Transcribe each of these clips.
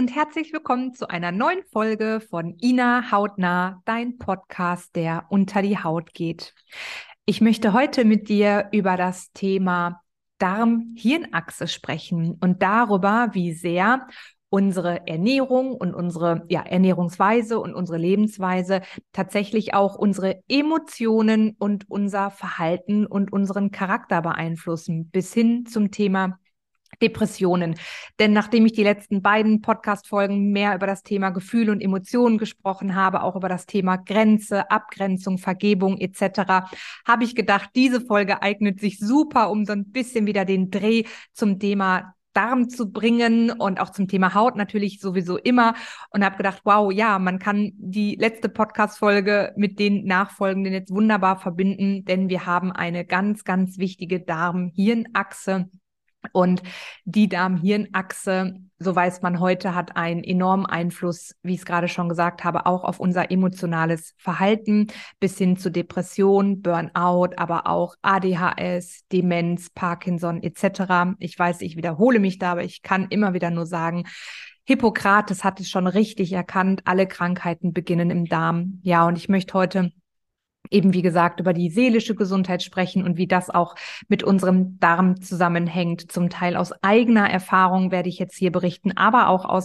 und herzlich willkommen zu einer neuen Folge von Ina Hautnah, dein Podcast, der unter die Haut geht. Ich möchte heute mit dir über das Thema Darm-Hirn-Achse sprechen und darüber, wie sehr unsere Ernährung und unsere Ernährungsweise und unsere Lebensweise tatsächlich auch unsere Emotionen und unser Verhalten und unseren Charakter beeinflussen, bis hin zum Thema Depressionen. Denn nachdem ich die letzten beiden Podcast-Folgen mehr über das Thema Gefühle und Emotionen gesprochen habe, auch über das Thema Grenze, Abgrenzung, Vergebung etc., habe ich gedacht, diese Folge eignet sich super, um so ein bisschen wieder den Dreh zum Thema Darm zu bringen und auch zum Thema Haut natürlich sowieso immer, und habe gedacht, wow, ja, man kann die letzte Podcast-Folge mit den nachfolgenden jetzt wunderbar verbinden, denn wir haben eine ganz, ganz wichtige Darm-Hirn-Achse. Und die Darm-Hirn-Achse, so weiß man heute, hat einen enormen Einfluss, wie ich es gerade schon gesagt habe, auch auf unser emotionales Verhalten bis hin zu Depression, Burnout, aber auch ADHS, Demenz, Parkinson etc. Ich weiß, ich wiederhole mich da, aber ich kann immer wieder nur sagen, Hippokrates hat es schon richtig erkannt, alle Krankheiten beginnen im Darm. Ja, und ich möchte heute eben, wie gesagt, über die seelische Gesundheit sprechen und wie das auch mit unserem Darm zusammenhängt. Zum Teil aus eigener Erfahrung werde ich jetzt hier berichten, aber auch aus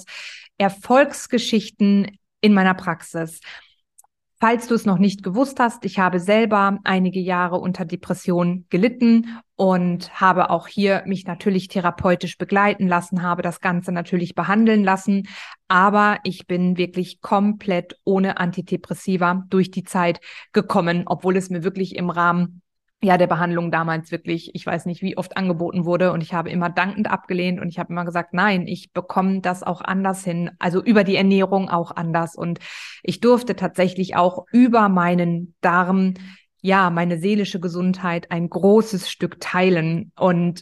Erfolgsgeschichten in meiner Praxis. Falls du es noch nicht gewusst hast, ich habe selber einige Jahre unter Depression gelitten und habe auch hier mich natürlich therapeutisch begleiten lassen, habe das Ganze natürlich behandeln lassen, aber ich bin wirklich komplett ohne Antidepressiva durch die Zeit gekommen, obwohl es mir wirklich im Rahmen der Behandlung damals wirklich, ich weiß nicht, wie oft angeboten wurde, und ich habe immer dankend abgelehnt und ich habe immer gesagt, nein, ich bekomme das auch anders hin, also über die Ernährung auch anders, und ich durfte tatsächlich auch über meinen Darm, meine seelische Gesundheit ein großes Stück teilen, und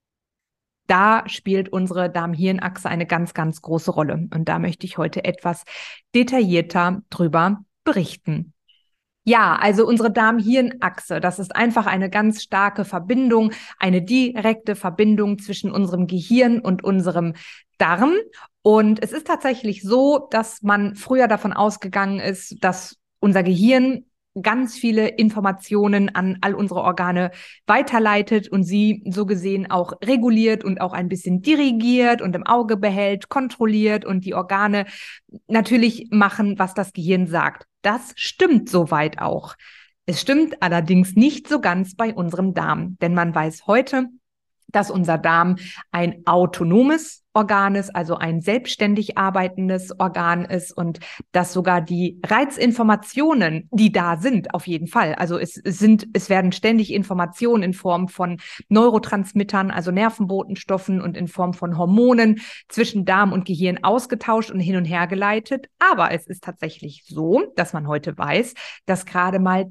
da spielt unsere Darm-Hirn-Achse eine ganz, ganz große Rolle, und da möchte ich heute etwas detaillierter drüber berichten. Ja, also unsere Darm-Hirn-Achse, das ist einfach eine ganz starke Verbindung, eine direkte Verbindung zwischen unserem Gehirn und unserem Darm. Und es ist tatsächlich so, dass man früher davon ausgegangen ist, dass unser Gehirn ganz viele Informationen an all unsere Organe weiterleitet und sie so gesehen auch reguliert und auch ein bisschen dirigiert und im Auge behält, kontrolliert und die Organe natürlich machen, was das Gehirn sagt. Das stimmt soweit auch. Es stimmt allerdings nicht so ganz bei unserem Darm, denn man weiß heute, dass unser Darm ein autonomes Organ ist, also ein selbstständig arbeitendes Organ ist, und dass sogar die Reizinformationen, die da sind, auf jeden Fall, also es werden ständig Informationen in Form von Neurotransmittern, also Nervenbotenstoffen, und in Form von Hormonen zwischen Darm und Gehirn ausgetauscht und hin und her geleitet. Aber es ist tatsächlich so, dass man heute weiß, dass gerade mal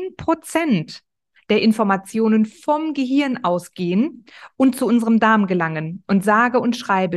10% der Informationen vom Gehirn ausgehen und zu unserem Darm gelangen. Und sage und schreibe,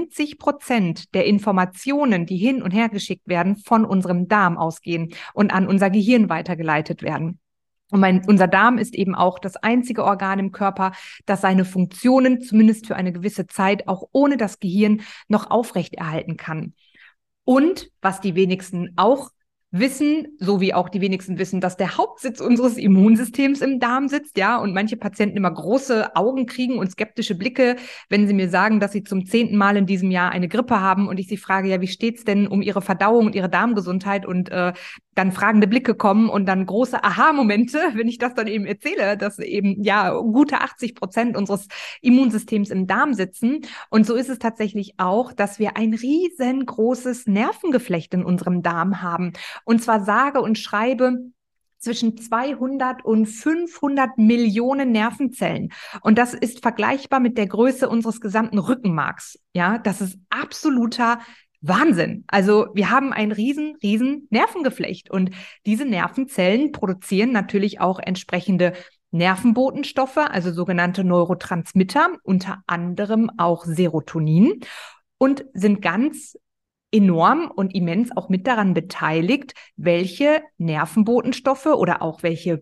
90% der Informationen, die hin und her geschickt werden, von unserem Darm ausgehen und an unser Gehirn weitergeleitet werden. Und unser Darm ist eben auch das einzige Organ im Körper, das seine Funktionen zumindest für eine gewisse Zeit auch ohne das Gehirn noch aufrechterhalten kann. Und was die wenigsten auch wissen, so wie auch die wenigsten wissen, dass der Hauptsitz unseres Immunsystems im Darm sitzt, ja, und manche Patienten immer große Augen kriegen und skeptische Blicke, wenn sie mir sagen, dass sie zum 10. Mal in diesem Jahr eine Grippe haben und ich sie frage, ja, wie steht's denn um ihre Verdauung und ihre Darmgesundheit, und dann fragende Blicke kommen und dann große Aha-Momente, wenn ich das dann eben erzähle, dass eben gute 80% unseres Immunsystems im Darm sitzen. Und so ist es tatsächlich auch, dass wir ein riesengroßes Nervengeflecht in unserem Darm haben. Und zwar sage und schreibe zwischen 200 und 500 Millionen Nervenzellen. Und das ist vergleichbar mit der Größe unseres gesamten Rückenmarks. Ja, das ist absoluter Wahnsinn. Also wir haben ein riesen Nervengeflecht, und diese Nervenzellen produzieren natürlich auch entsprechende Nervenbotenstoffe, also sogenannte Neurotransmitter, unter anderem auch Serotonin, und sind ganz enorm und immens auch mit daran beteiligt, welche Nervenbotenstoffe oder auch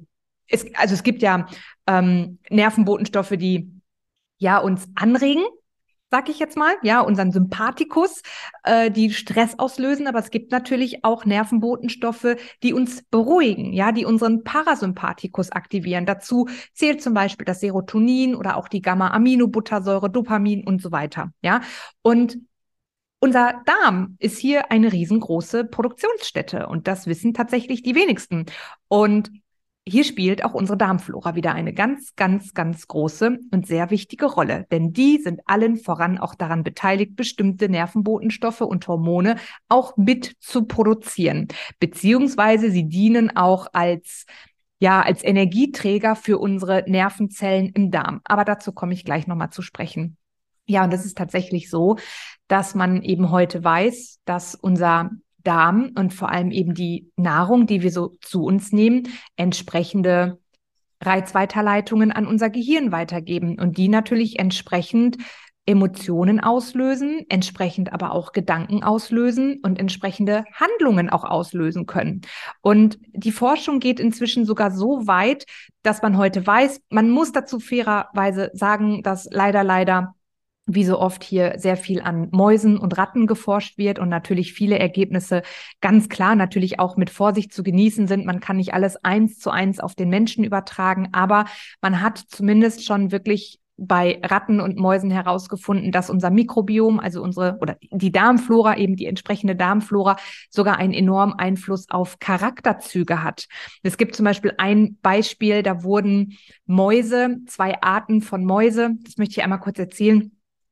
es gibt ja Nervenbotenstoffe, die uns anregen, sag ich jetzt mal, ja, unseren Sympathikus, die Stress auslösen, aber es gibt natürlich auch Nervenbotenstoffe, die uns beruhigen, ja, die unseren Parasympathikus aktivieren. Dazu zählt zum Beispiel das Serotonin oder auch die Gamma-Aminobuttersäure, Dopamin und so weiter, ja. Und unser Darm ist hier eine riesengroße Produktionsstätte und das wissen tatsächlich die wenigsten. Und hier spielt auch unsere Darmflora wieder eine ganz, ganz, ganz große und sehr wichtige Rolle, denn die sind allen voran auch daran beteiligt, bestimmte Nervenbotenstoffe und Hormone auch mit zu produzieren, beziehungsweise sie dienen auch als Energieträger für unsere Nervenzellen im Darm. Aber dazu komme ich gleich nochmal zu sprechen. Ja, und das ist tatsächlich so, dass man eben heute weiß, dass unser Darm und vor allem eben die Nahrung, die wir so zu uns nehmen, entsprechende Reizweiterleitungen an unser Gehirn weitergeben und die natürlich entsprechend Emotionen auslösen, entsprechend aber auch Gedanken auslösen und entsprechende Handlungen auch auslösen können. Und die Forschung geht inzwischen sogar so weit, dass man heute weiß, man muss dazu fairerweise sagen, dass leider wie so oft hier sehr viel an Mäusen und Ratten geforscht wird und natürlich viele Ergebnisse ganz klar natürlich auch mit Vorsicht zu genießen sind. Man kann nicht alles 1:1 auf den Menschen übertragen, aber man hat zumindest schon wirklich bei Ratten und Mäusen herausgefunden, dass unser Mikrobiom, also die Darmflora, eben die entsprechende Darmflora, sogar einen enormen Einfluss auf Charakterzüge hat. Es gibt zum Beispiel ein Beispiel, da wurden Mäuse, 2 Arten von Mäuse, das möchte ich einmal kurz erzählen,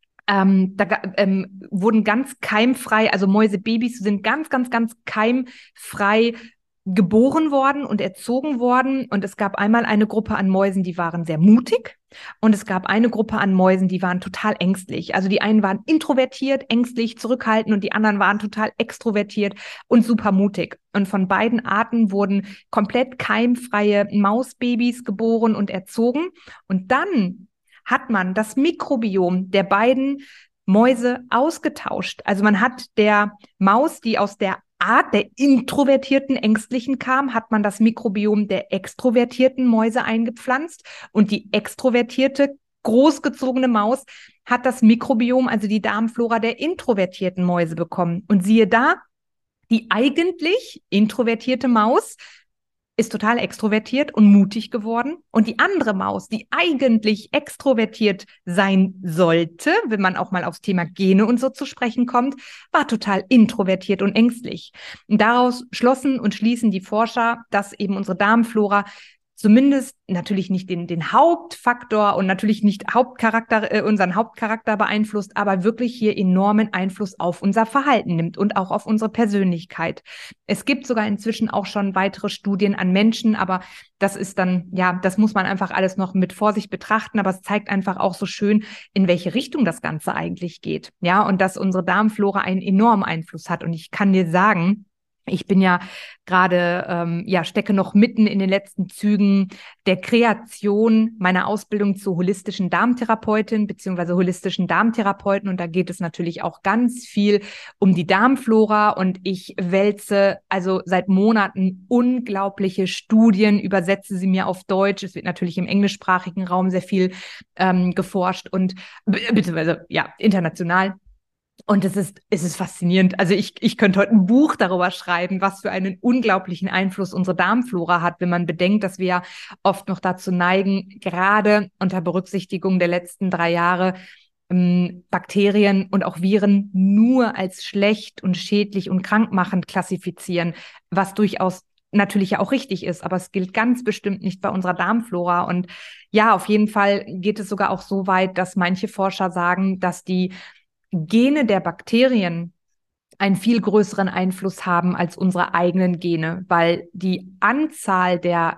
wurden ganz keimfrei, also Mäusebabys sind ganz, ganz, ganz keimfrei geboren worden und erzogen worden. Und es gab einmal eine Gruppe an Mäusen, die waren sehr mutig. Und es gab eine Gruppe an Mäusen, die waren total ängstlich. Also die einen waren introvertiert, ängstlich, zurückhaltend und die anderen waren total extrovertiert und super mutig. Und von beiden Arten wurden komplett keimfreie Mausbabys geboren und erzogen. Und dann hat man das Mikrobiom der beiden Mäuse ausgetauscht. Also man hat der Maus, die aus der Art der introvertierten Ängstlichen kam, hat man das Mikrobiom der extrovertierten Mäuse eingepflanzt und die extrovertierte, großgezogene Maus hat das Mikrobiom, also die Darmflora der introvertierten Mäuse bekommen. Und siehe da, die eigentlich introvertierte Maus ist total extrovertiert und mutig geworden. Und die andere Maus, die eigentlich extrovertiert sein sollte, wenn man auch mal aufs Thema Gene und so zu sprechen kommt, war total introvertiert und ängstlich. Und daraus schlossen und schließen die Forscher, dass eben unsere Darmflora zumindest natürlich nicht den Hauptfaktor und natürlich nicht unseren Hauptcharakter beeinflusst, aber wirklich hier enormen Einfluss auf unser Verhalten nimmt und auch auf unsere Persönlichkeit. Es gibt sogar inzwischen auch schon weitere Studien an Menschen, aber das ist dann, ja, das muss man einfach alles noch mit Vorsicht betrachten, aber es zeigt einfach auch so schön, in welche Richtung das Ganze eigentlich geht. Ja, und dass unsere Darmflora einen enormen Einfluss hat. Und ich kann dir sagen, ich bin ja gerade, stecke noch mitten in den letzten Zügen der Kreation meiner Ausbildung zur holistischen Darmtherapeutin beziehungsweise holistischen Darmtherapeuten. Und da geht es natürlich auch ganz viel um die Darmflora. Und ich wälze also seit Monaten unglaubliche Studien, übersetze sie mir auf Deutsch. Es wird natürlich im englischsprachigen Raum sehr viel geforscht und beziehungsweise ja international. Und es ist faszinierend. Also ich könnte heute ein Buch darüber schreiben, was für einen unglaublichen Einfluss unsere Darmflora hat, wenn man bedenkt, dass wir ja oft noch dazu neigen, gerade unter Berücksichtigung der letzten 3 Jahre, Bakterien und auch Viren nur als schlecht und schädlich und krankmachend klassifizieren, was durchaus natürlich ja auch richtig ist, aber es gilt ganz bestimmt nicht bei unserer Darmflora. Und ja, auf jeden Fall geht es sogar auch so weit, dass manche Forscher sagen, dass die Gene der Bakterien einen viel größeren Einfluss haben als unsere eigenen Gene, weil die Anzahl der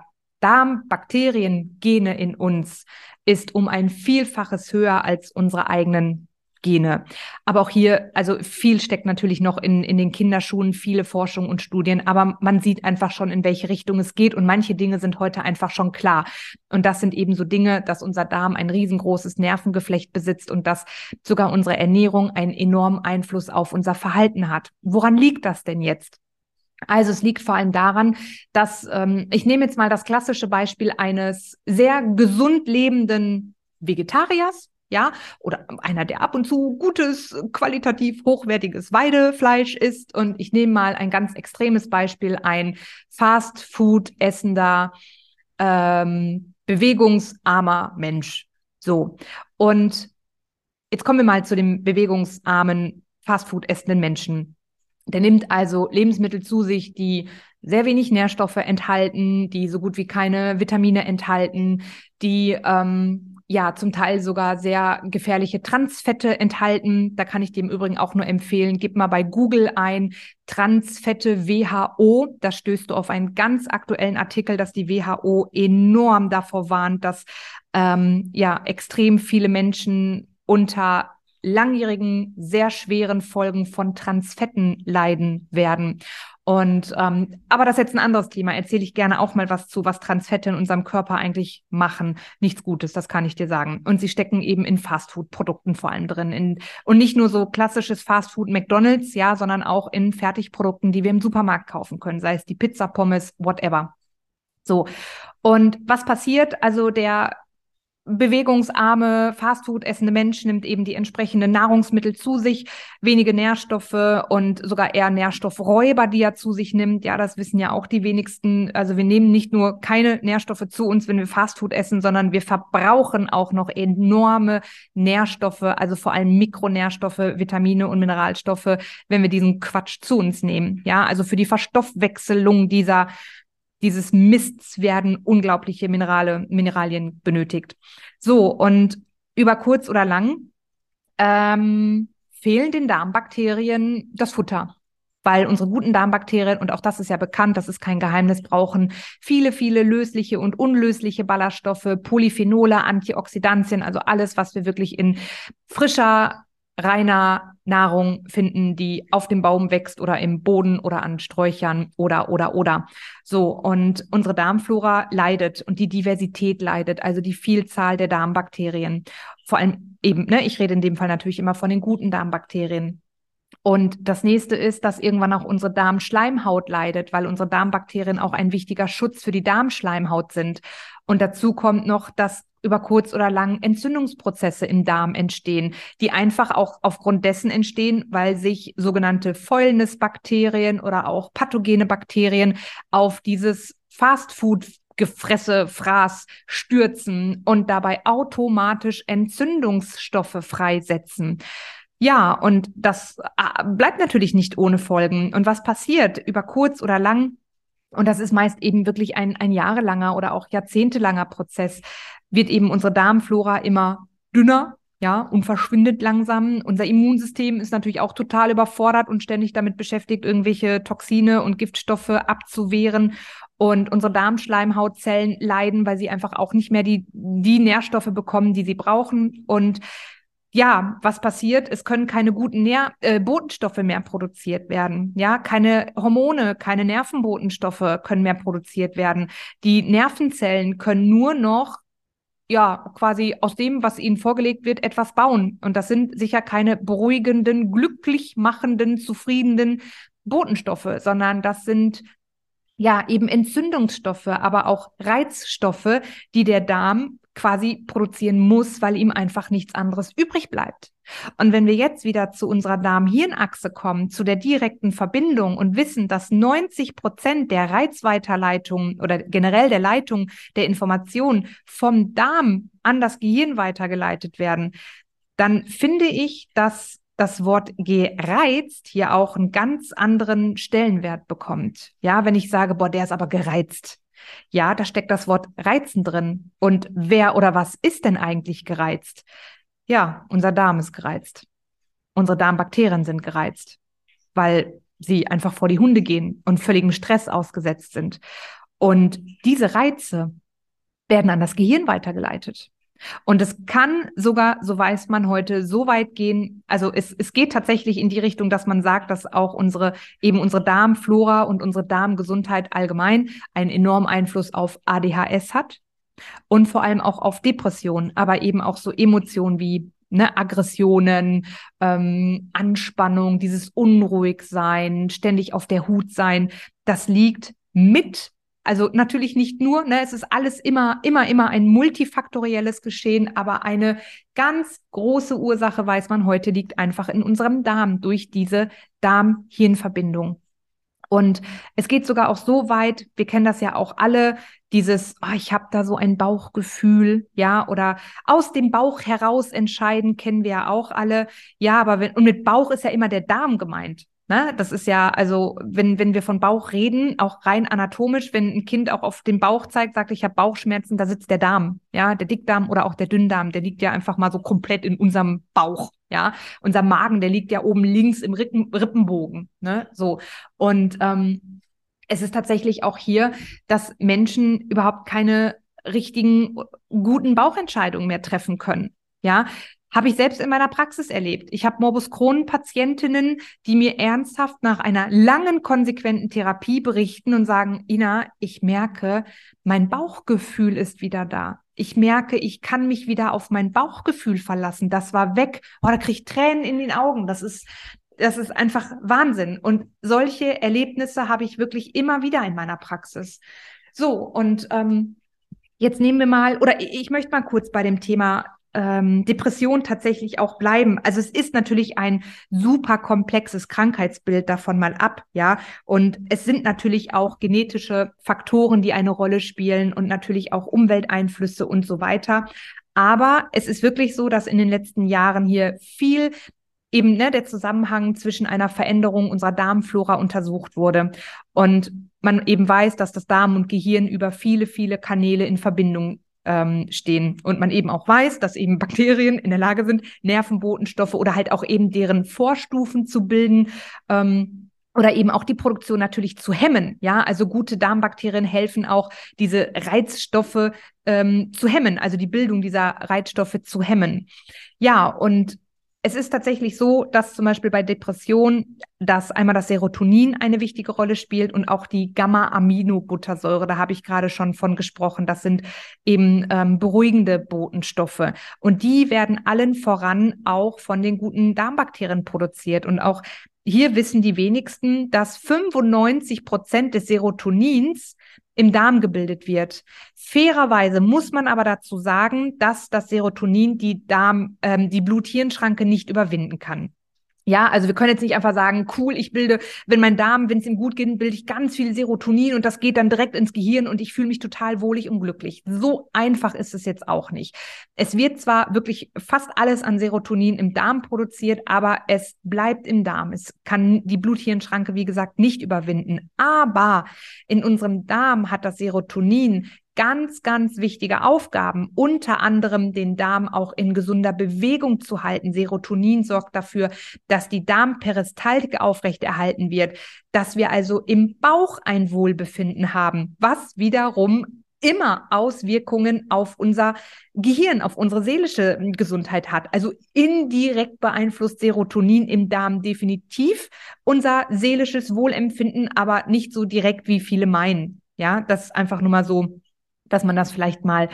Darmbakteriengene in uns ist um ein Vielfaches höher als unsere eigenen Gene. Aber auch hier, also viel steckt natürlich noch in den Kinderschuhen, viele Forschung und Studien, aber man sieht einfach schon, in welche Richtung es geht und manche Dinge sind heute einfach schon klar. Und das sind eben so Dinge, dass unser Darm ein riesengroßes Nervengeflecht besitzt und dass sogar unsere Ernährung einen enormen Einfluss auf unser Verhalten hat. Woran liegt das denn jetzt? Also es liegt vor allem daran, dass, ich nehme jetzt mal das klassische Beispiel eines sehr gesund lebenden Vegetariers. ja, oder einer, der ab und zu gutes, qualitativ hochwertiges Weidefleisch isst. Und ich nehme mal ein ganz extremes Beispiel, ein Fast-Food essender, bewegungsarmer Mensch. So. Und jetzt kommen wir mal zu dem bewegungsarmen, Fastfood essenden Menschen. Der nimmt also Lebensmittel zu sich, die sehr wenig Nährstoffe enthalten, die so gut wie keine Vitamine enthalten, die ja zum Teil sogar sehr gefährliche Transfette enthalten. Da kann ich dir im Übrigen auch nur empfehlen, gib mal bei Google ein Transfette WHO. Da stößt du auf einen ganz aktuellen Artikel, dass die WHO enorm davor warnt, dass ja extrem viele Menschen unter langjährigen, sehr schweren Folgen von Transfetten leiden werden. Und aber das ist jetzt ein anderes Thema. Erzähle ich gerne auch mal was zu, was Transfette in unserem Körper eigentlich machen. Nichts Gutes, das kann ich dir sagen. Und sie stecken eben in Fastfood-Produkten vor allem drin. Und nicht nur so klassisches Fastfood McDonald's, ja, sondern auch in Fertigprodukten, die wir im Supermarkt kaufen können, sei es die Pizza, Pommes, whatever. So. Und was passiert? Also der bewegungsarme, Fastfood essende Mensch nimmt eben die entsprechenden Nahrungsmittel zu sich, wenige Nährstoffe und sogar eher Nährstoffräuber, die er zu sich nimmt. Ja, das wissen ja auch die wenigsten. Also wir nehmen nicht nur keine Nährstoffe zu uns, wenn wir Fastfood essen, sondern wir verbrauchen auch noch enorme Nährstoffe, also vor allem Mikronährstoffe, Vitamine und Mineralstoffe, wenn wir diesen Quatsch zu uns nehmen. Ja, also für die Verstoffwechselung dieses Mists werden unglaubliche Mineralien benötigt. So, und über kurz oder lang fehlen den Darmbakterien das Futter. Weil unsere guten Darmbakterien, und auch das ist ja bekannt, das ist kein Geheimnis, brauchen viele, viele lösliche und unlösliche Ballaststoffe, Polyphenole, Antioxidantien, also alles, was wir wirklich in frischer, reiner Nahrung finden, die auf dem Baum wächst oder im Boden oder an Sträuchern oder. So, und unsere Darmflora leidet und die Diversität leidet, also die Vielzahl der Darmbakterien. Vor allem eben, ne, ich rede in dem Fall natürlich immer von den guten Darmbakterien. Und das nächste ist, dass irgendwann auch unsere Darmschleimhaut leidet, weil unsere Darmbakterien auch ein wichtiger Schutz für die Darmschleimhaut sind. Und dazu kommt noch, dass über kurz oder lang Entzündungsprozesse im Darm entstehen, die einfach auch aufgrund dessen entstehen, weil sich sogenannte Fäulnisbakterien oder auch pathogene Bakterien auf dieses Fastfood Gefresse, Fraß stürzen und dabei automatisch Entzündungsstoffe freisetzen. Ja, und das bleibt natürlich nicht ohne Folgen. Und was passiert über kurz oder lang? Und das ist meist eben wirklich ein jahrelanger oder auch jahrzehntelanger Prozess, wird eben unsere Darmflora immer dünner, ja, und verschwindet langsam. Unser Immunsystem ist natürlich auch total überfordert und ständig damit beschäftigt, irgendwelche Toxine und Giftstoffe abzuwehren. Und unsere Darmschleimhautzellen leiden, weil sie einfach auch nicht mehr die Nährstoffe bekommen, die sie brauchen. Und ja, was passiert? Es können keine guten Botenstoffe mehr produziert werden. Ja, keine Hormone, keine Nervenbotenstoffe können mehr produziert werden. Die Nervenzellen können nur noch, ja, quasi aus dem, was ihnen vorgelegt wird, etwas bauen. Und das sind sicher keine beruhigenden, glücklich machenden, zufriedenen Botenstoffe, sondern das sind ja eben Entzündungsstoffe, aber auch Reizstoffe, die der Darm quasi produzieren muss, weil ihm einfach nichts anderes übrig bleibt. Und wenn wir jetzt wieder zu unserer Darm-Hirn-Achse kommen, zu der direkten Verbindung und wissen, dass 90% der Reizweiterleitung oder generell der Leitung der Information vom Darm an das Gehirn weitergeleitet werden, dann finde ich, dass das Wort gereizt hier auch einen ganz anderen Stellenwert bekommt. Ja, wenn ich sage, boah, der ist aber gereizt. Ja, da steckt das Wort reizen drin. Und wer oder was ist denn eigentlich gereizt? Ja, unser Darm ist gereizt. Unsere Darmbakterien sind gereizt, weil sie einfach vor die Hunde gehen und völligem Stress ausgesetzt sind. Und diese Reize werden an das Gehirn weitergeleitet. Und es kann sogar, so weiß man heute, so weit gehen, also es geht tatsächlich in die Richtung, dass man sagt, dass auch unsere Darmflora und unsere Darmgesundheit allgemein einen enormen Einfluss auf ADHS hat und vor allem auch auf Depressionen, aber eben auch so Emotionen wie Aggressionen, Anspannung, dieses Unruhigsein, ständig auf der Hut sein, das liegt mit Also natürlich nicht nur, ne, es ist alles immer ein multifaktorielles Geschehen, aber eine ganz große Ursache, weiß man heute, liegt einfach in unserem Darm durch diese Darm-Hirn-Verbindung. Und es geht sogar auch so weit, wir kennen das ja auch alle, dieses, oh, ich habe da so ein Bauchgefühl, ja, oder aus dem Bauch heraus entscheiden, kennen wir ja auch alle. Ja, aber und mit Bauch ist ja immer der Darm gemeint. Ne? Das ist ja, also, wenn wir von Bauch reden, auch rein anatomisch, wenn ein Kind auch auf den Bauch zeigt, sagt, ich habe Bauchschmerzen, da sitzt der Darm, ja, der Dickdarm oder auch der Dünndarm, der liegt ja einfach mal so komplett in unserem Bauch, ja. Unser Magen, der liegt ja oben links im Rippenbogen, ne, so. Und es ist tatsächlich auch hier, dass Menschen überhaupt keine richtigen, guten Bauchentscheidungen mehr treffen können. Ja, habe ich selbst in meiner Praxis erlebt. Ich habe Morbus Crohn-Patientinnen, die mir ernsthaft nach einer langen, konsequenten Therapie berichten und sagen, Ina, ich merke, mein Bauchgefühl ist wieder da. Ich merke, ich kann mich wieder auf mein Bauchgefühl verlassen. Das war weg. Oh, da kriege ich Tränen in den Augen. Das ist einfach Wahnsinn. Und solche Erlebnisse habe ich wirklich immer wieder in meiner Praxis. So, und jetzt nehmen wir mal, oder ich möchte mal kurz bei dem Thema Depression tatsächlich auch bleiben. Also es ist natürlich ein super komplexes Krankheitsbild davon mal ab, ja. Und es sind natürlich auch genetische Faktoren, die eine Rolle spielen und natürlich auch Umwelteinflüsse und so weiter. Aber es ist wirklich so, dass in den letzten Jahren hier viel eben der Zusammenhang zwischen einer Veränderung unserer Darmflora untersucht wurde und man eben weiß, dass das Darm und Gehirn über viele, viele Kanäle in Verbindung stehen und man eben auch weiß, dass eben Bakterien in der Lage sind, Nervenbotenstoffe oder halt auch eben deren Vorstufen zu bilden, oder eben auch die Produktion natürlich zu hemmen. Ja, also gute Darmbakterien helfen auch, diese Reizstoffe zu hemmen, also die Bildung dieser Reizstoffe zu hemmen. Ja, und es ist tatsächlich so, dass zum Beispiel bei Depressionen, dass einmal das Serotonin eine wichtige Rolle spielt und auch die Gamma-Aminobuttersäure, da habe ich gerade schon von gesprochen. Das sind eben beruhigende Botenstoffe. Und die werden allen voran auch von den guten Darmbakterien produziert. Und auch hier wissen die wenigsten, dass 95% des Serotonins im Darm gebildet wird. Fairerweise muss man aber dazu sagen, dass das Serotonin die Blut-Hirn-Schranke nicht überwinden kann. Ja, also wir können jetzt nicht einfach sagen, cool, wenn es ihm gut geht, bilde ich ganz viel Serotonin und das geht dann direkt ins Gehirn und ich fühle mich total wohlig und glücklich. So einfach ist es jetzt auch nicht. Es wird zwar wirklich fast alles an Serotonin im Darm produziert, aber es bleibt im Darm. Es kann die Blut-Hirn-Schranke, wie gesagt, nicht überwinden. Aber in unserem Darm hat das Serotonin ganz, ganz wichtige Aufgaben, unter anderem den Darm auch in gesunder Bewegung zu halten. Serotonin sorgt dafür, dass die Darmperistaltik aufrechterhalten wird, dass wir also im Bauch ein Wohlbefinden haben, was wiederum immer Auswirkungen auf unser Gehirn, auf unsere seelische Gesundheit hat. Also indirekt beeinflusst Serotonin im Darm definitiv unser seelisches Wohlempfinden, aber nicht so direkt, wie viele meinen. Ja, das ist einfach nur mal so, dass man das vielleicht mal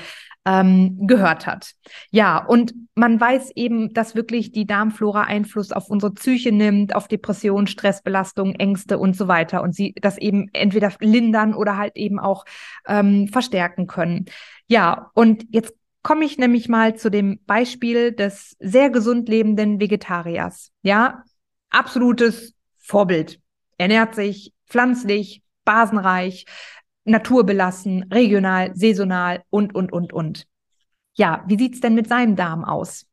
gehört hat. Ja, und man weiß eben, dass wirklich die Darmflora Einfluss auf unsere Psyche nimmt, auf Depressionen, Stressbelastung, Ängste und so weiter. Und sie das eben entweder lindern oder halt eben auch verstärken können. Ja, und jetzt komme ich nämlich mal zu dem Beispiel des sehr gesund lebenden Vegetariers. Ja, absolutes Vorbild. Ernährt sich pflanzlich, basenreich, naturbelassen, regional, saisonal und. Ja, wie sieht's denn mit seinem Darm aus?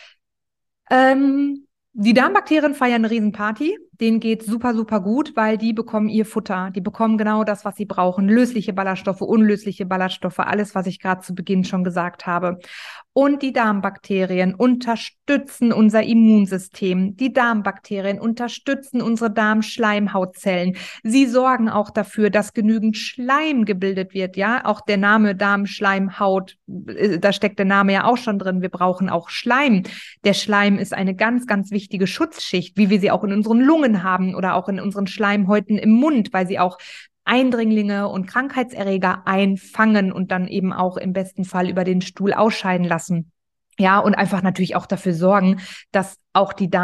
Die Darmbakterien feiern eine Riesenparty. Denen geht's super, super gut, weil die bekommen ihr Futter. Die bekommen genau das, was sie brauchen. Lösliche Ballaststoffe, unlösliche Ballaststoffe, alles, was ich gerade zu Beginn schon gesagt habe. Und die Darmbakterien unterstützen unser Immunsystem. Die Darmbakterien unterstützen unsere Darmschleimhautzellen. Sie sorgen auch dafür, dass genügend Schleim gebildet wird. Ja, auch der Name Darmschleimhaut, da steckt der Name ja auch schon drin. Wir brauchen auch Schleim. Der Schleim ist eine ganz, ganz wichtige Schutzschicht, wie wir sie auch in unseren Lungen haben oder auch in unseren Schleimhäuten im Mund, weil sie auch Eindringlinge und Krankheitserreger einfangen und dann eben auch im besten Fall über den Stuhl ausscheiden lassen. Ja, und einfach natürlich auch dafür sorgen, dass auch die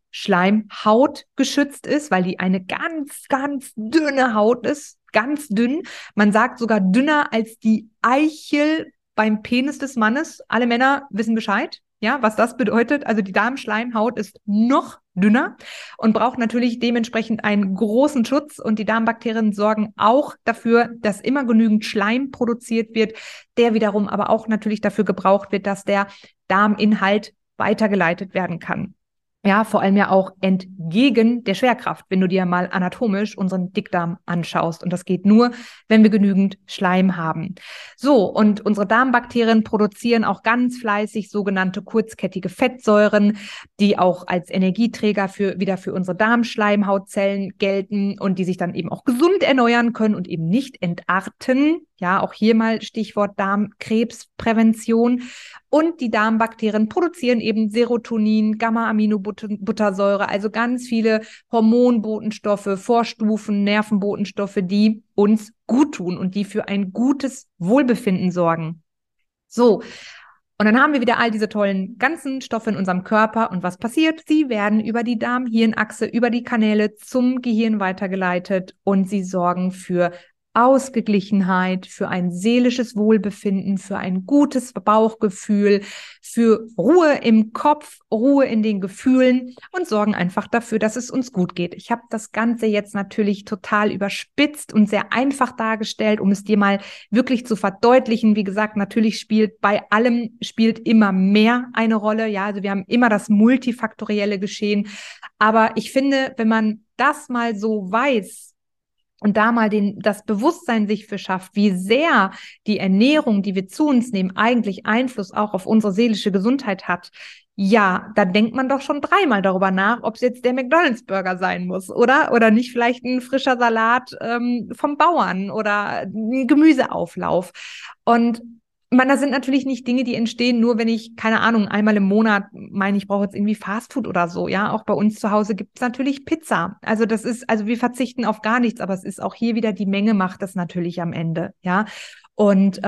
Schleimhaut geschützt ist, weil die eine ganz, ganz dünne Haut ist, ganz dünn. Man sagt sogar dünner als die Eichel beim Penis des Mannes. Alle Männer wissen Bescheid, ja, was das bedeutet. Also die Darmschleimhaut ist noch dünner und braucht natürlich dementsprechend einen großen Schutz. Und die Darmbakterien sorgen auch dafür, dass immer genügend Schleim produziert wird, der wiederum aber auch natürlich dafür gebraucht wird, dass der Darminhalt weitergeleitet werden kann. Ja, vor allem ja auch entgegen der Schwerkraft, wenn du dir mal anatomisch unseren Dickdarm anschaust. Und das geht nur, wenn wir genügend Schleim haben. So, und unsere Darmbakterien produzieren auch ganz fleißig sogenannte kurzkettige Fettsäuren, die auch als Energieträger wieder für unsere Darmschleimhautzellen gelten und die sich dann eben auch gesund erneuern können und eben nicht entarten. Ja, auch hier mal Stichwort Darmkrebsprävention. Und die Darmbakterien produzieren eben Serotonin, Gamma-Aminobuttersäure, also ganz viele Hormonbotenstoffe, Vorstufen, Nervenbotenstoffe, die uns gut tun und die für ein gutes Wohlbefinden sorgen. So, und dann haben wir wieder all diese tollen ganzen Stoffe in unserem Körper. Und was passiert? Sie werden über die Darm-Hirn-Achse, über die Kanäle zum Gehirn weitergeleitet und sie sorgen für Ausgeglichenheit, für ein seelisches Wohlbefinden, für ein gutes Bauchgefühl, für Ruhe im Kopf, Ruhe in den Gefühlen und sorgen einfach dafür, dass es uns gut geht. Ich habe das Ganze jetzt natürlich total überspitzt und sehr einfach dargestellt, um es dir mal wirklich zu verdeutlichen. Wie gesagt, natürlich spielt bei allem immer mehr eine Rolle. Ja, also wir haben immer das multifaktorielle Geschehen. Aber ich finde, wenn man das mal so weiß, und da mal das Bewusstsein sich für schafft, wie sehr die Ernährung, die wir zu uns nehmen, eigentlich Einfluss auch auf unsere seelische Gesundheit hat, ja, da denkt man doch schon dreimal darüber nach, ob es jetzt der McDonald's-Burger sein muss, oder? Oder nicht vielleicht ein frischer Salat vom Bauern oder ein Gemüseauflauf. Und das sind natürlich nicht Dinge, die entstehen, nur wenn ich, keine Ahnung, einmal im Monat meine, ich brauche jetzt irgendwie Fastfood oder so. Ja, auch bei uns zu Hause gibt es natürlich Pizza. Also wir verzichten auf gar nichts, aber es ist auch hier wieder die Menge macht das natürlich am Ende. Ja, und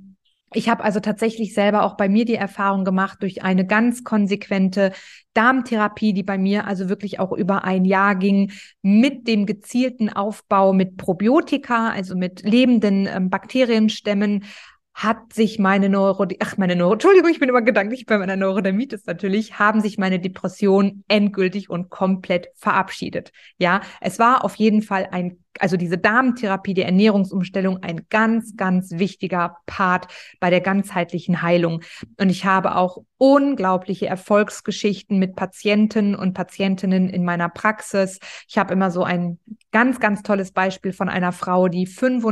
ich habe also tatsächlich selber auch bei mir die Erfahrung gemacht durch eine ganz konsequente Darmtherapie, die bei mir also wirklich auch über ein Jahr ging, mit dem gezielten Aufbau mit Probiotika, also mit lebenden Bakterienstämmen, hat sich Entschuldigung, ich bin immer gedanklich bei meiner Neurodermitis natürlich, haben sich meine Depressionen endgültig und komplett verabschiedet. Ja, es war auf jeden Fall also diese Darmtherapie, die Ernährungsumstellung, ein ganz, ganz wichtiger Part bei der ganzheitlichen Heilung. Und ich habe auch unglaubliche Erfolgsgeschichten mit Patienten und Patientinnen in meiner Praxis. Ich habe immer so ein ganz, ganz tolles Beispiel von einer Frau, die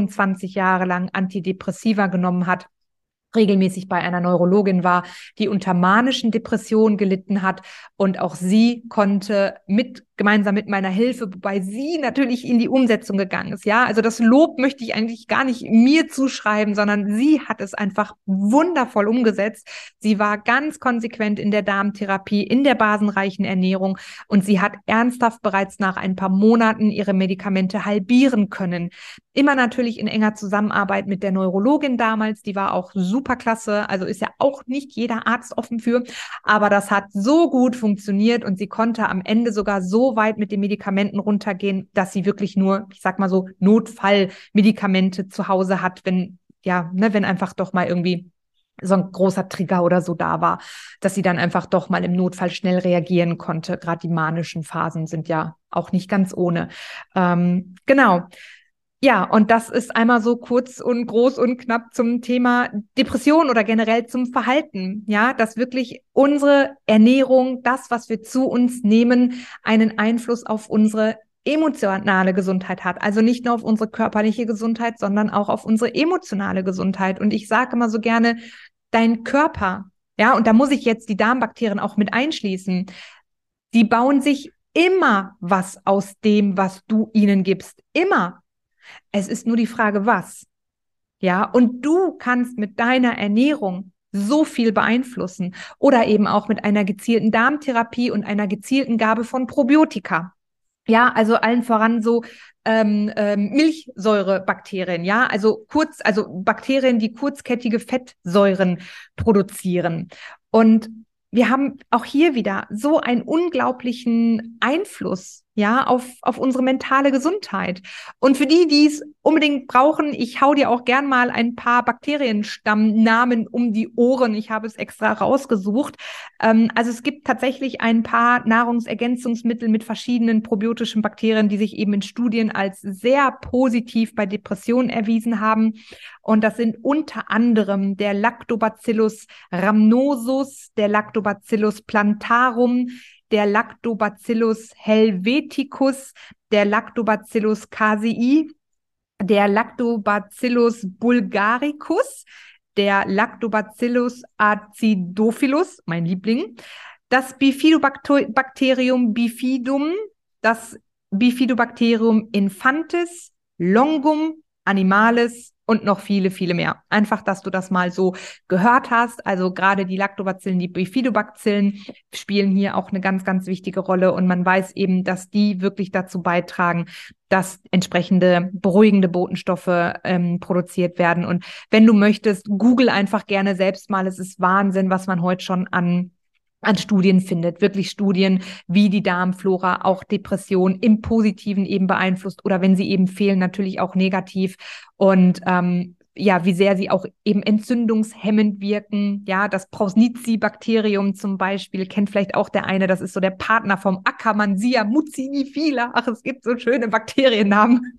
25 Jahre lang Antidepressiva genommen hat, regelmäßig bei einer Neurologin war, die unter manischen Depressionen gelitten hat. Und auch sie konnte gemeinsam mit meiner Hilfe, wobei sie natürlich in die Umsetzung gegangen ist. Ja, also das Lob möchte ich eigentlich gar nicht mir zuschreiben, sondern sie hat es einfach wundervoll umgesetzt. Sie war ganz konsequent in der Darmtherapie, in der basenreichen Ernährung und sie hat ernsthaft bereits nach ein paar Monaten ihre Medikamente halbieren können. Immer natürlich in enger Zusammenarbeit mit der Neurologin damals, die war auch super klasse, also ist ja auch nicht jeder Arzt offen für, aber das hat so gut funktioniert und sie konnte am Ende sogar so weit mit den Medikamenten runtergehen, dass sie wirklich nur, ich sag mal so, Notfallmedikamente zu Hause hat, wenn einfach doch mal irgendwie so ein großer Trigger oder so da war, dass sie dann einfach doch mal im Notfall schnell reagieren konnte. Gerade die manischen Phasen sind ja auch nicht ganz ohne. Genau. Ja, und das ist einmal so kurz und groß und knapp zum Thema Depression oder generell zum Verhalten. Ja, dass wirklich unsere Ernährung, das, was wir zu uns nehmen, einen Einfluss auf unsere emotionale Gesundheit hat. Also nicht nur auf unsere körperliche Gesundheit, sondern auch auf unsere emotionale Gesundheit. Und ich sage immer so gerne, dein Körper, ja, und da muss ich jetzt die Darmbakterien auch mit einschließen, die bauen sich immer was aus dem, was du ihnen gibst. Immer. Es ist nur die Frage, was. Ja, und du kannst mit deiner Ernährung so viel beeinflussen oder eben auch mit einer gezielten Darmtherapie und einer gezielten Gabe von Probiotika. Ja, also allen voran so Milchsäurebakterien, ja, also Bakterien, die kurzkettige Fettsäuren produzieren. Und wir haben auch hier wieder so einen unglaublichen Einfluss, ja, auf unsere mentale Gesundheit. Und für die, die es unbedingt brauchen, ich hau dir auch gern mal ein paar Bakterienstammnamen um die Ohren. Ich habe es extra rausgesucht. Also es gibt tatsächlich ein paar Nahrungsergänzungsmittel mit verschiedenen probiotischen Bakterien, die sich eben in Studien als sehr positiv bei Depressionen erwiesen haben. Und das sind unter anderem der Lactobacillus rhamnosus, der Lactobacillus plantarum, der Lactobacillus helveticus, der Lactobacillus casei, der Lactobacillus bulgaricus, der Lactobacillus acidophilus, mein Liebling, das Bifidobacterium bifidum, das Bifidobacterium infantis, longum, animalis und noch viele, viele mehr. Einfach, dass du das mal so gehört hast. Also gerade die Lactobacillen, die Bifidobacillen spielen hier auch eine ganz, ganz wichtige Rolle. Und man weiß eben, dass die wirklich dazu beitragen, dass entsprechende beruhigende Botenstoffe produziert werden. Und wenn du möchtest, google einfach gerne selbst mal. Es ist Wahnsinn, was man heute schon an Studien findet, wirklich Studien, wie die Darmflora auch Depression im Positiven eben beeinflusst oder wenn sie eben fehlen, natürlich auch negativ und ja, wie sehr sie auch eben entzündungshemmend wirken. Ja, das Prausnizi-Bakterium zum Beispiel kennt vielleicht auch der eine, das ist so der Partner vom Akkermansia mucinifila. Ach, es gibt so schöne Bakteriennamen.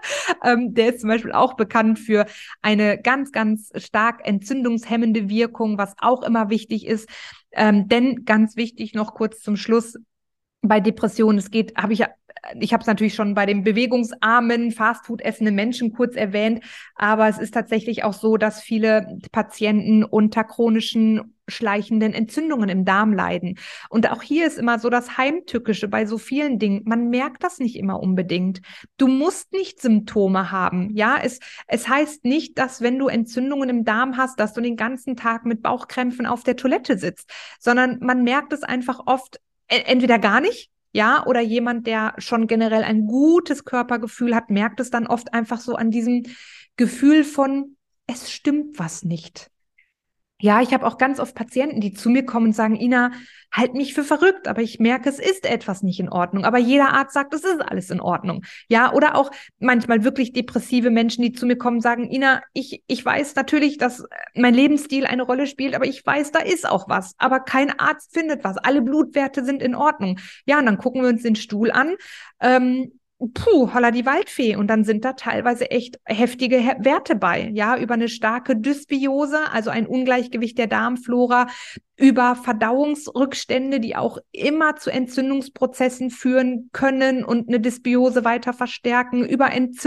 Der ist zum Beispiel auch bekannt für eine ganz, ganz stark entzündungshemmende Wirkung, was auch immer wichtig ist. Denn ganz wichtig noch kurz zum Schluss, bei Depressionen, ich habe es natürlich schon bei den bewegungsarmen, Fastfood essenden Menschen kurz erwähnt, aber es ist tatsächlich auch so, dass viele Patienten unter chronischen schleichenden Entzündungen im Darm leiden. Und auch hier ist immer so das Heimtückische bei so vielen Dingen. Man merkt das nicht immer unbedingt. Du musst nicht Symptome haben. Ja, es heißt nicht, dass wenn du Entzündungen im Darm hast, dass du den ganzen Tag mit Bauchkrämpfen auf der Toilette sitzt, sondern man merkt es einfach oft entweder gar nicht, ja, oder jemand, der schon generell ein gutes Körpergefühl hat, merkt es dann oft einfach so an diesem Gefühl von, es stimmt was nicht. Ja, ich habe auch ganz oft Patienten, die zu mir kommen und sagen, Ina, halt mich für verrückt, aber ich merke, es ist etwas nicht in Ordnung. Aber jeder Arzt sagt, es ist alles in Ordnung. Ja, oder auch manchmal wirklich depressive Menschen, die zu mir kommen, sagen, Ina, ich weiß natürlich, dass mein Lebensstil eine Rolle spielt, aber ich weiß, da ist auch was. Aber kein Arzt findet was. Alle Blutwerte sind in Ordnung. Ja, und dann gucken wir uns den Stuhl an. Holla die Waldfee. Und dann sind da teilweise echt heftige Werte bei, ja, über eine starke Dysbiose, also ein Ungleichgewicht der Darmflora, über Verdauungsrückstände, die auch immer zu Entzündungsprozessen führen können und eine Dysbiose weiter verstärken, über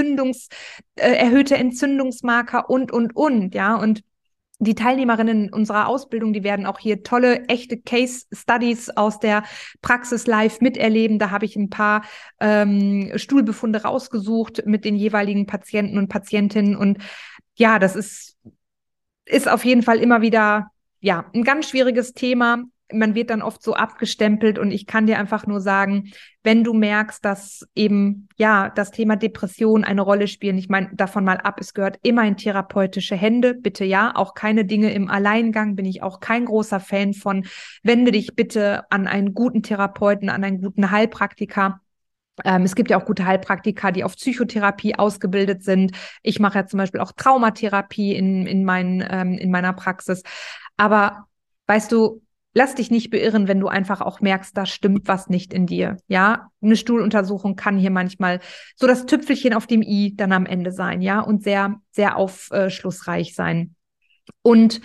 erhöhte Entzündungsmarker und, ja, und die Teilnehmerinnen unserer Ausbildung, die werden auch hier tolle, echte Case Studies aus der Praxis live miterleben. Da habe ich ein paar Stuhlbefunde rausgesucht mit den jeweiligen Patienten und Patientinnen. Und ja, das ist auf jeden Fall immer wieder ja ein ganz schwieriges Thema. Man wird dann oft so abgestempelt und ich kann dir einfach nur sagen, wenn du merkst, dass eben ja das Thema Depression eine Rolle spielt, ich meine davon mal ab, es gehört immer in therapeutische Hände, bitte ja, auch keine Dinge im Alleingang, bin ich auch kein großer Fan von. Wende dich bitte an einen guten Therapeuten, an einen guten Heilpraktiker. Es gibt ja auch gute Heilpraktiker, die auf Psychotherapie ausgebildet sind. Ich mache ja zum Beispiel auch Traumatherapie in meiner Praxis. Aber weißt du, lass dich nicht beirren, wenn du einfach auch merkst, da stimmt was nicht in dir. Ja, eine Stuhluntersuchung kann hier manchmal so das Tüpfelchen auf dem i dann am Ende sein, ja, und sehr, sehr aufschlussreich sein. Und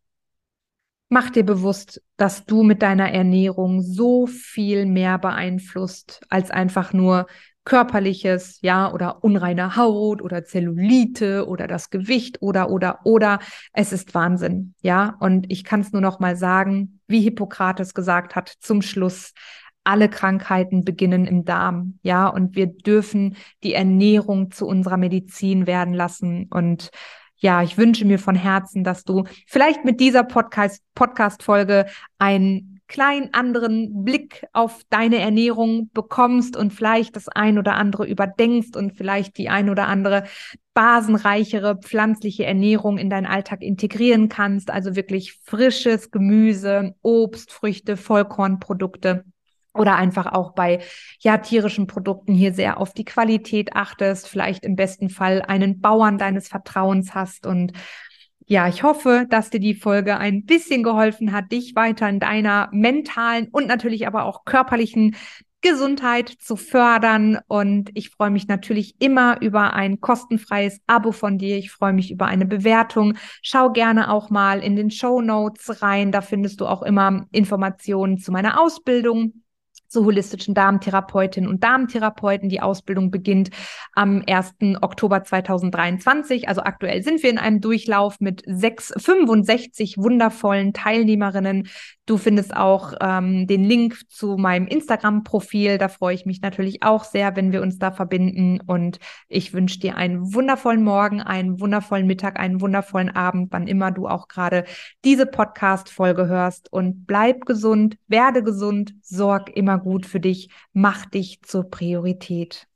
mach dir bewusst, dass du mit deiner Ernährung so viel mehr beeinflusst als einfach nur körperliches, ja, oder unreine Haut oder Zellulite oder das Gewicht oder. Es ist Wahnsinn, ja. Und ich kann es nur noch mal sagen, wie Hippokrates gesagt hat, zum Schluss, alle Krankheiten beginnen im Darm, ja. Und wir dürfen die Ernährung zu unserer Medizin werden lassen. Und ja, ich wünsche mir von Herzen, dass du vielleicht mit dieser Podcast-Folge einen kleinen anderen Blick auf deine Ernährung bekommst und vielleicht das ein oder andere überdenkst und vielleicht die ein oder andere basenreichere pflanzliche Ernährung in deinen Alltag integrieren kannst. Also wirklich frisches Gemüse, Obst, Früchte, Vollkornprodukte. Oder einfach auch bei tierischen Produkten hier sehr auf die Qualität achtest, vielleicht im besten Fall einen Bauern deines Vertrauens hast. Und ja, ich hoffe, dass dir die Folge ein bisschen geholfen hat, dich weiter in deiner mentalen und natürlich aber auch körperlichen Gesundheit zu fördern. Und ich freue mich natürlich immer über ein kostenfreies Abo von dir. Ich freue mich über eine Bewertung. Schau gerne auch mal in den Shownotes rein. Da findest du auch immer Informationen zu meiner Ausbildung zur holistischen Darmtherapeutin und Darmtherapeuten. Die Ausbildung beginnt am 1. Oktober 2023. Also aktuell sind wir in einem Durchlauf mit 65 wundervollen Teilnehmerinnen. Du findest auch den Link zu meinem Instagram-Profil. Da freue ich mich natürlich auch sehr, wenn wir uns da verbinden. Und ich wünsche dir einen wundervollen Morgen, einen wundervollen Mittag, einen wundervollen Abend, wann immer du auch gerade diese Podcast-Folge hörst. Und bleib gesund, werde gesund, sorg immer gut für dich, mach dich zur Priorität.